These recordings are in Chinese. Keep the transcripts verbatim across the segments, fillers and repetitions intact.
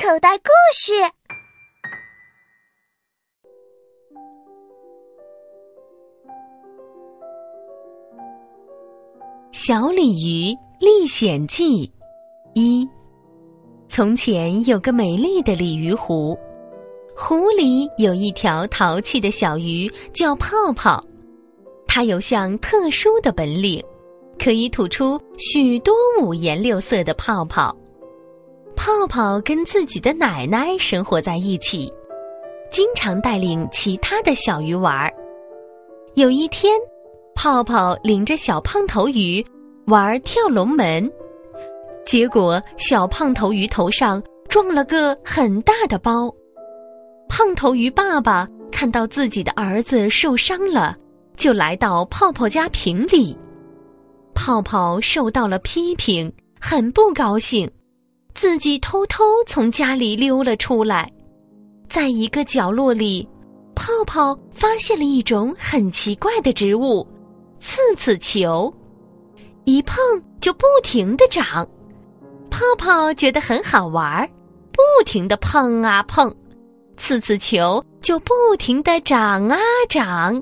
口袋故事。 小鲤鱼历险记一。从前有个美丽的鲤鱼湖，湖里有一条淘气的小鱼叫泡泡，它有项特殊的本领，可以吐出许多五颜六色的泡泡。泡泡跟自己的奶奶生活在一起，经常带领其他的小鱼玩。有一天，泡泡领着小胖头鱼玩跳龙门，结果小胖头鱼头上撞了个很大的包。胖头鱼爸爸看到自己的儿子受伤了，就来到泡泡家评理。泡泡受到了批评，很不高兴，自己偷偷从家里溜了出来。在一个角落里，泡泡发现了一种很奇怪的植物——刺刺球，一碰就不停地长。泡泡觉得很好玩，不停地碰啊碰，刺刺球就不停地长啊长。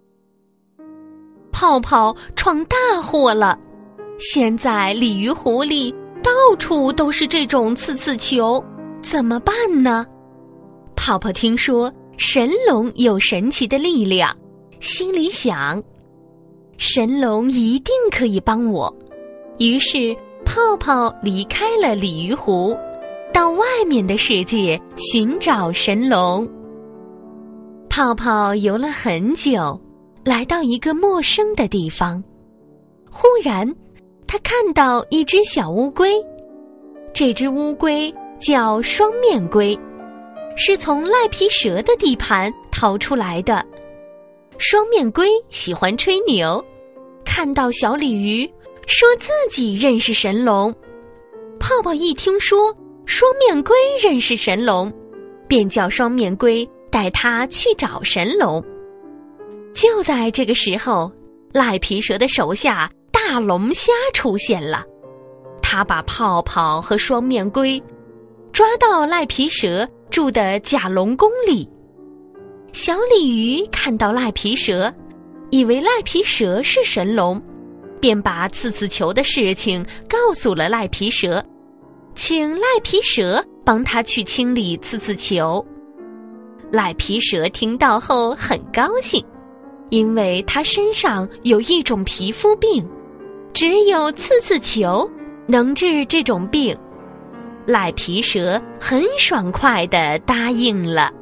泡泡闯大祸了，现在鲤鱼湖里到处都是这种刺刺球，怎么办呢？泡泡听说神龙有神奇的力量，心里想，神龙一定可以帮我。于是泡泡离开了鲤鱼湖，到外面的世界寻找神龙。泡泡游了很久，来到一个陌生的地方。忽然他看到一只小乌龟，这只乌龟叫双面龟，是从赖皮蛇的地盘逃出来的。双面龟喜欢吹牛，看到小鲤鱼说自己认识神龙。泡泡一听说双面龟认识神龙，便叫双面龟带他去找神龙。就在这个时候，赖皮蛇的手下大龙虾出现了，他把泡泡和双面龟抓到赖皮蛇住的假龙宫里。小鲤鱼看到赖皮蛇，以为赖皮蛇是神龙，便把刺刺球的事情告诉了赖皮蛇，请赖皮蛇帮他去清理刺刺球。赖皮蛇听到后很高兴，因为他身上有一种皮肤病，只有刺刺球能治这种病。赖皮蛇很爽快地答应了。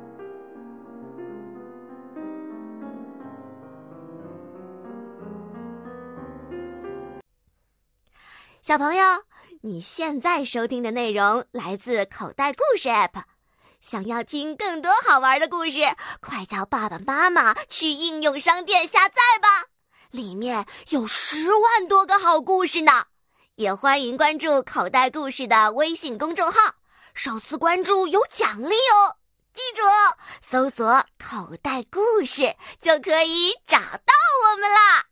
小朋友，你现在收听的内容来自口袋故事 A P P。 想要听更多好玩的故事，快叫爸爸妈妈去应用商店下载吧，里面有十万多个好故事呢。也欢迎关注口袋故事的微信公众号，首次关注有奖励哦。记住哦，搜索口袋故事就可以找到我们啦。